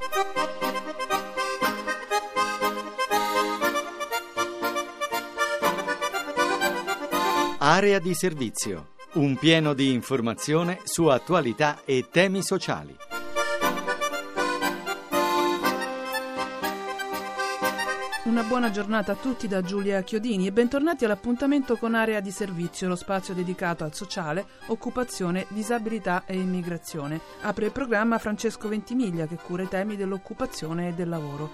Area di servizio, un pieno di informazione su attualità e temi sociali. Una buona giornata a tutti da Giulia Chiodini e bentornati all'appuntamento con Area di Servizio, lo spazio dedicato al sociale, occupazione, disabilità e immigrazione. Apre il programma Francesco Ventimiglia, che cura i temi dell'occupazione e del lavoro.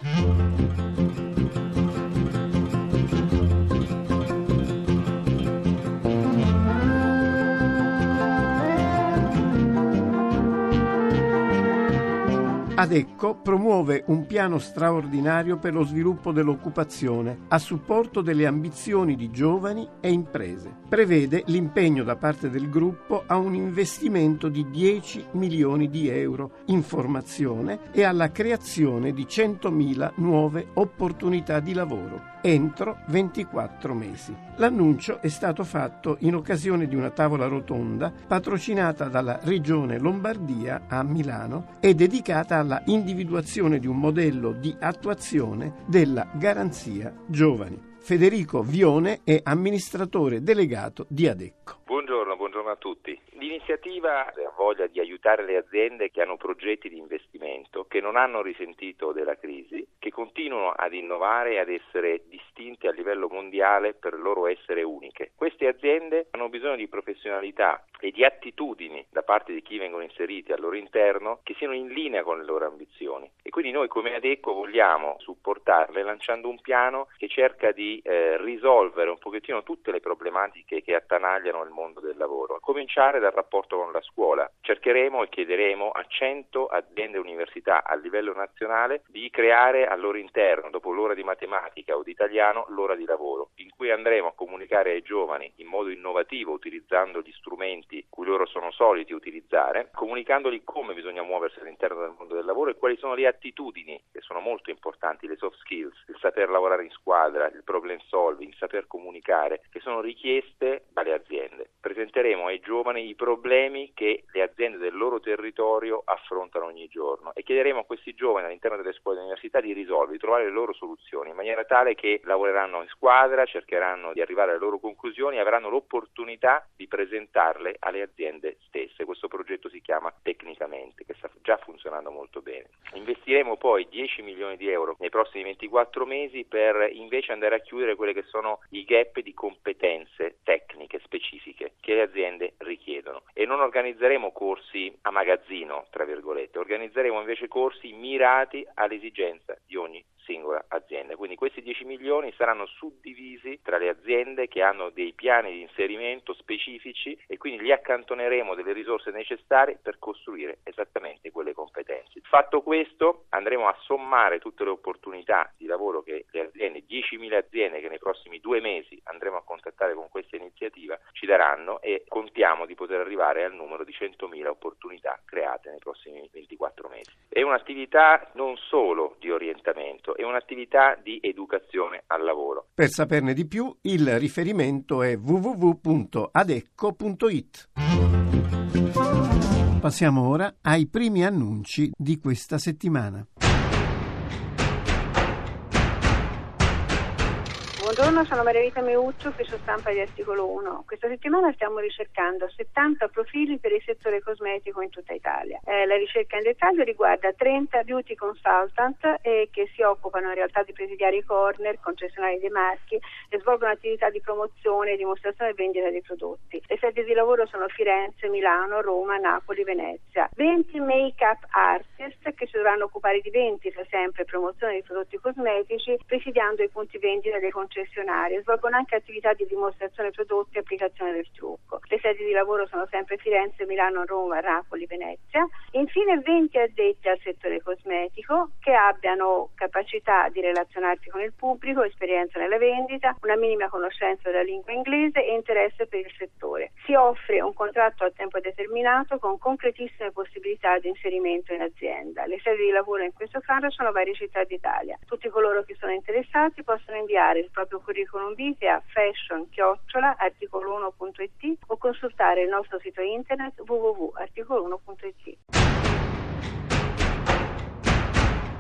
Adecco promuove un piano straordinario per lo sviluppo dell'occupazione a supporto delle ambizioni di giovani e imprese. Prevede l'impegno da parte del gruppo a un investimento di 10 milioni di euro in formazione e alla creazione di 100.000 nuove opportunità di lavoro entro 24 mesi. L'annuncio è stato fatto in occasione di una tavola rotonda patrocinata dalla Regione Lombardia a Milano e dedicata alla individuazione di un modello di attuazione della Garanzia Giovani. Federico Vione è amministratore delegato di Adecco. Buongiorno a tutti. L'iniziativa ha voglia di aiutare le aziende che hanno progetti di investimento, che non hanno risentito della crisi, che continuano ad innovare e ad essere distinte a livello mondiale per il loro essere uniche. Queste aziende hanno bisogno di professionalità e di attitudini da parte di chi vengono inseriti al loro interno che siano in linea con le loro ambizioni. E quindi noi come Adecco vogliamo supportarle lanciando un piano che cerca di risolvere un pochettino tutte le problematiche che attanagliano il mondo del lavoro, a cominciare dal rapporto con la scuola. Cercheremo e chiederemo a 100 aziende e università a livello nazionale di creare al loro interno, dopo l'ora di matematica o di italiano, l'ora di lavoro, in cui andremo a comunicare ai giovani in modo innovativo, utilizzando gli strumenti cui loro sono soliti utilizzare, comunicandoli come bisogna muoversi all'interno del mondo del lavoro e quali sono le attitudini che sono molto importanti, le soft skills, il saper lavorare in squadra, il problem solving, il saper comunicare, che sono richieste dalle aziende. Presenteremo ai giovani i problemi che le aziende del loro territorio affrontano ogni giorno e chiederemo a questi giovani all'interno delle scuole e delle università di risolvere, di trovare le loro soluzioni in maniera tale che lavoreranno in squadra, cercheranno di arrivare alle loro conclusioni e avranno l'opportunità di presentarle alle aziende stesse. Questo progetto si chiama Tecnicamente, che sta già funzionando molto bene. Investiremo poi 10 milioni di euro nei prossimi 24 mesi per invece andare a chiudere quelle che sono i gap di competenze tecniche specifiche che le aziende richiedono e non organizzeremo corsi a magazzino, tra virgolette, organizzeremo invece corsi mirati all'esigenza di ogni singola azienda. Quindi questi 10 milioni saranno suddivisi tra le aziende che hanno dei piani di inserimento specifici e quindi li accantoneremo delle risorse necessarie per costruire esattamente quelle competenze. Fatto questo, andremo a sommare tutte le opportunità di lavoro che le aziende, 10.000 aziende che nei prossimi 2 mesi andremo a contattare con questa iniziativa, ci daranno e contiamo di poter arrivare al numero di 100.000 opportunità create nei prossimi 24 mesi. È un'attività non solo di orientamento, è un'attività di educazione al lavoro. Per saperne di più, il riferimento è www.adecco.it. Passiamo ora ai primi annunci di questa settimana. Buongiorno, sono Maria Rita Meuccio, ufficio stampa di Articolo 1. Questa settimana stiamo ricercando 70 profili per il settore cosmetico in tutta Italia. La ricerca in dettaglio riguarda 30 beauty consultant che si occupano in realtà di presidiare i corner, concessionari dei marchi e svolgono attività di promozione, dimostrazione e vendita dei prodotti. Le sedi di lavoro sono Firenze, Milano, Roma, Napoli, Venezia. 20 make-up artist che si dovranno occupare di vendita sempre e promozione di prodotti cosmetici, presidiando i punti vendita dei concessionari. Svolgono anche attività di dimostrazione prodotti e applicazione del trucco. Le sedi di lavoro sono sempre Firenze, Milano, Roma, Napoli, Venezia. Infine 20 addetti al settore cosmetico che abbiano capacità di relazionarsi con il pubblico, esperienza nella vendita, una minima conoscenza della lingua inglese e interesse per il settore. Si offre un contratto a tempo determinato con concretissime possibilità di inserimento in azienda. Le sedi di lavoro in questo caso sono varie città d'Italia. Tutti coloro che sono interessati possono inviare il proprio curriculum vitae a fashion@articolo1.it o consultare il nostro sito internet www.articolo1.it.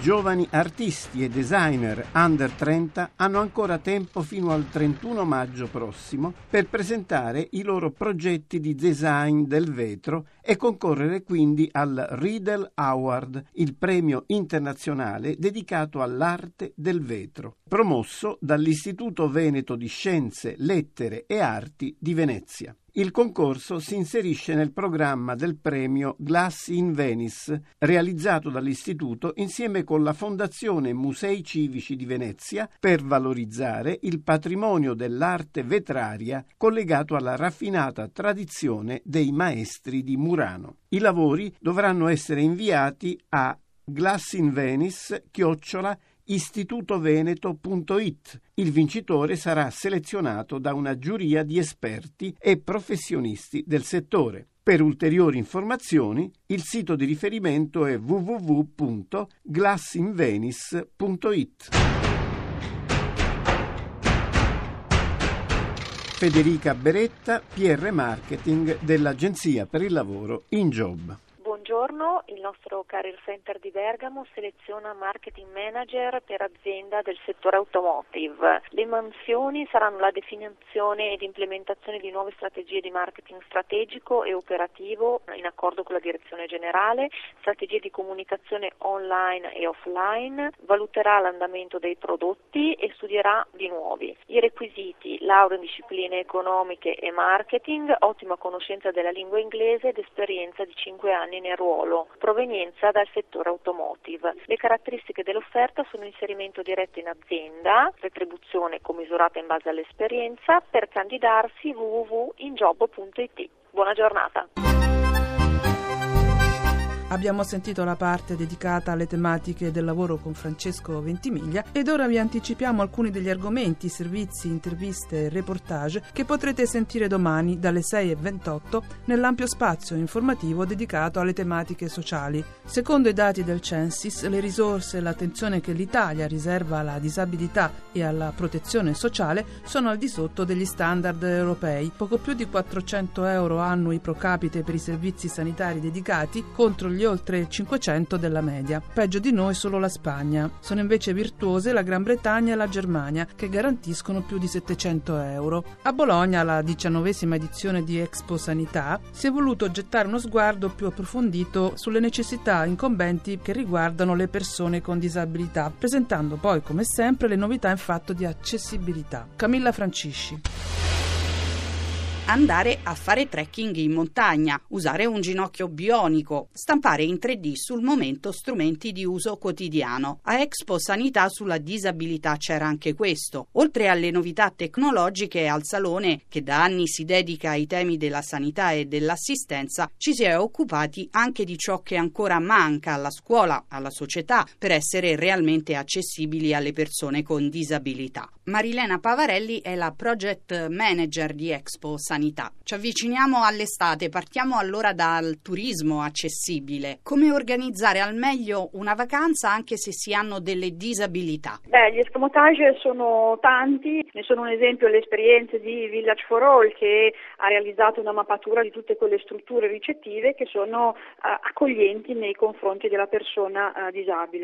giovani artisti e designer under 30 hanno ancora tempo fino al 31 maggio prossimo per presentare i loro progetti di design del vetro e concorrere quindi al Riedel Award, il premio internazionale dedicato all'arte del vetro, promosso dall'Istituto Veneto di Scienze, Lettere e Arti di Venezia. Il concorso si inserisce nel programma del premio Glass in Venice, realizzato dall'Istituto insieme con la Fondazione Musei Civici di Venezia per valorizzare il patrimonio dell'arte vetraria collegato alla raffinata tradizione dei maestri di Murano. I lavori dovranno essere inviati a glassinvenice@istitutoveneto.it. Il vincitore sarà selezionato da una giuria di esperti e professionisti del settore. Per ulteriori informazioni, il sito di riferimento è www.glassinvenice.it. Federica Beretta, PR Marketing dell'Agenzia per il Lavoro InJob. Buongiorno, il nostro Career Center di Bergamo seleziona marketing manager per azienda del settore automotive. Le mansioni saranno la definizione ed implementazione di nuove strategie di marketing strategico e operativo in accordo con la direzione generale, strategie di comunicazione online e offline, valuterà l'andamento dei prodotti e studierà di nuovi. I requisiti: laurea in discipline economiche e marketing, ottima conoscenza della lingua inglese ed esperienza di 5 anni nel ruolo, provenienza dal settore automotive. Le caratteristiche dell'offerta sono inserimento diretto in azienda, retribuzione commisurata in base all'esperienza. Per candidarsi www.injob.it. Buona giornata. Abbiamo sentito la parte dedicata alle tematiche del lavoro con Francesco Ventimiglia ed ora vi anticipiamo alcuni degli argomenti, servizi, interviste e reportage che potrete sentire domani dalle 6:28 nell'ampio spazio informativo dedicato alle tematiche sociali. Secondo i dati del Censis, le risorse e l'attenzione che l'Italia riserva alla disabilità e alla protezione sociale sono al di sotto degli standard europei, poco più di 400 euro annui pro capite per i servizi sanitari dedicati contro gli oltre 500 della media. Peggio di noi solo la Spagna. Sono invece virtuose la Gran Bretagna e la Germania, che garantiscono più di 700 euro. A Bologna, alla 19ª edizione di Expo Sanità, si è voluto gettare uno sguardo più approfondito sulle necessità incombenti che riguardano le persone con disabilità, presentando poi, come sempre, le novità in fatto di accessibilità. Camilla Francisci. Andare a fare trekking in montagna, usare un ginocchio bionico, stampare in 3D sul momento strumenti di uso quotidiano. A Expo Sanità sulla disabilità c'era anche questo. Oltre alle novità tecnologiche, al salone, che da anni si dedica ai temi della sanità e dell'assistenza, ci si è occupati anche di ciò che ancora manca alla scuola, alla società, per essere realmente accessibili alle persone con disabilità. Marilena Pavarelli è la project manager di Expo Sanità. Ci avviciniamo all'estate, partiamo allora dal turismo accessibile. Come organizzare al meglio una vacanza anche se si hanno delle disabilità? Gli escamotage sono tanti, ne sono un esempio le esperienze di Village for All, che ha realizzato una mappatura di tutte quelle strutture ricettive che sono accoglienti nei confronti della persona disabile.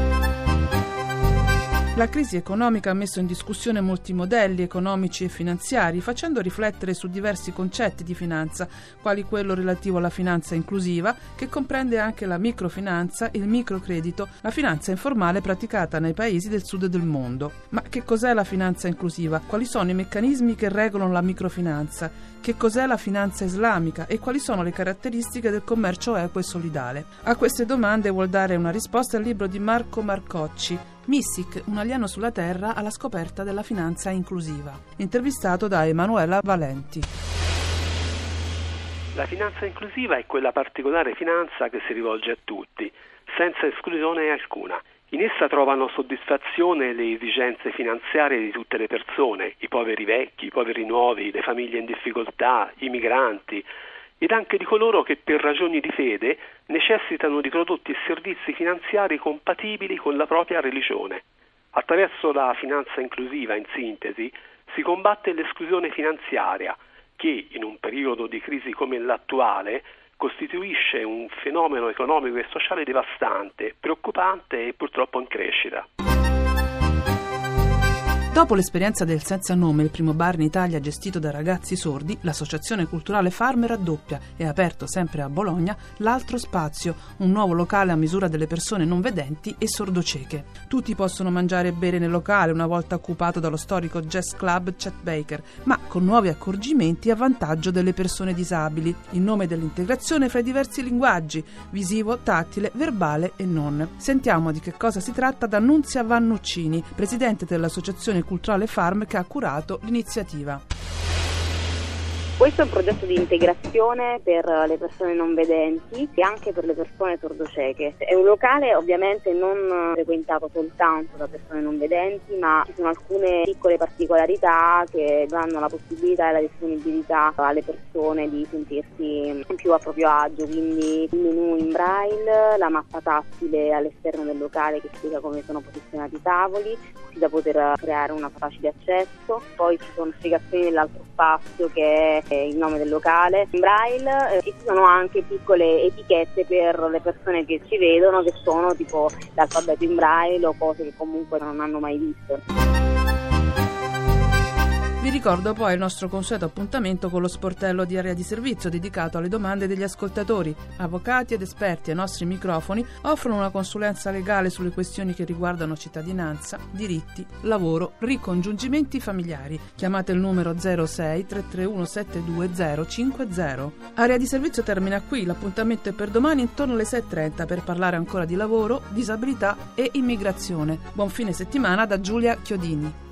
La crisi economica ha messo in discussione molti modelli economici e finanziari, facendo riflettere su diversi concetti di finanza, quali quello relativo alla finanza inclusiva, che comprende anche la microfinanza, il microcredito, la finanza informale praticata nei paesi del sud del mondo. Ma che cos'è la finanza inclusiva? Quali sono i meccanismi che regolano la microfinanza? Che cos'è la finanza islamica e quali sono le caratteristiche del commercio equo e solidale? A queste domande vuol dare una risposta il libro di Marco Marcocci, Missic, un alieno sulla Terra alla scoperta della finanza inclusiva, intervistato da Emanuela Valenti. La finanza inclusiva è quella particolare finanza che si rivolge a tutti, senza esclusione alcuna. In essa trovano soddisfazione le esigenze finanziarie di tutte le persone, i poveri vecchi, i poveri nuovi, le famiglie in difficoltà, i migranti, ed anche di coloro che per ragioni di fede necessitano di prodotti e servizi finanziari compatibili con la propria religione. Attraverso la finanza inclusiva, in sintesi, si combatte l'esclusione finanziaria che, in un periodo di crisi come l'attuale, costituisce un fenomeno economico e sociale devastante, preoccupante e purtroppo in crescita. Dopo l'esperienza del Senza Nome, il primo bar in Italia gestito da ragazzi sordi, l'associazione culturale Farm raddoppia e ha aperto sempre a Bologna l'Altro Spazio, un nuovo locale a misura delle persone non vedenti e sordocieche. Tutti possono mangiare e bere nel locale, una volta occupato dallo storico jazz club Chet Baker, ma con nuovi accorgimenti a vantaggio delle persone disabili, in nome dell'integrazione fra i diversi linguaggi, visivo, tattile, verbale e non. Sentiamo di che cosa si tratta da Nunzia Vannuccini, presidente dell'associazione culturale Farm che ha curato l'iniziativa. Questo è un progetto di integrazione per le persone non vedenti e anche per le persone sordocieche. È un locale ovviamente non frequentato soltanto da persone non vedenti, ma ci sono alcune piccole particolarità che danno la possibilità e la disponibilità alle persone di sentirsi più a proprio agio, quindi il menù in braille, la mappa tattile all'esterno del locale che spiega come sono posizionati i tavoli, così da poter creare un facile accesso. Poi ci sono spiegazioni dell'altro spazio che è il nome del locale in braille, e ci sono anche piccole etichette per le persone che ci vedono, che sono tipo l'alfabeto in braille o cose che comunque non hanno mai visto. Vi ricordo poi il nostro consueto appuntamento con lo sportello di Area di Servizio dedicato alle domande degli ascoltatori. Avvocati ed esperti ai nostri microfoni offrono una consulenza legale sulle questioni che riguardano cittadinanza, diritti, lavoro, ricongiungimenti familiari. Chiamate il numero 06 331 72050. Area di Servizio termina qui, l'appuntamento è per domani intorno alle 6:30 per parlare ancora di lavoro, disabilità e immigrazione. Buon fine settimana da Giulia Chiodini.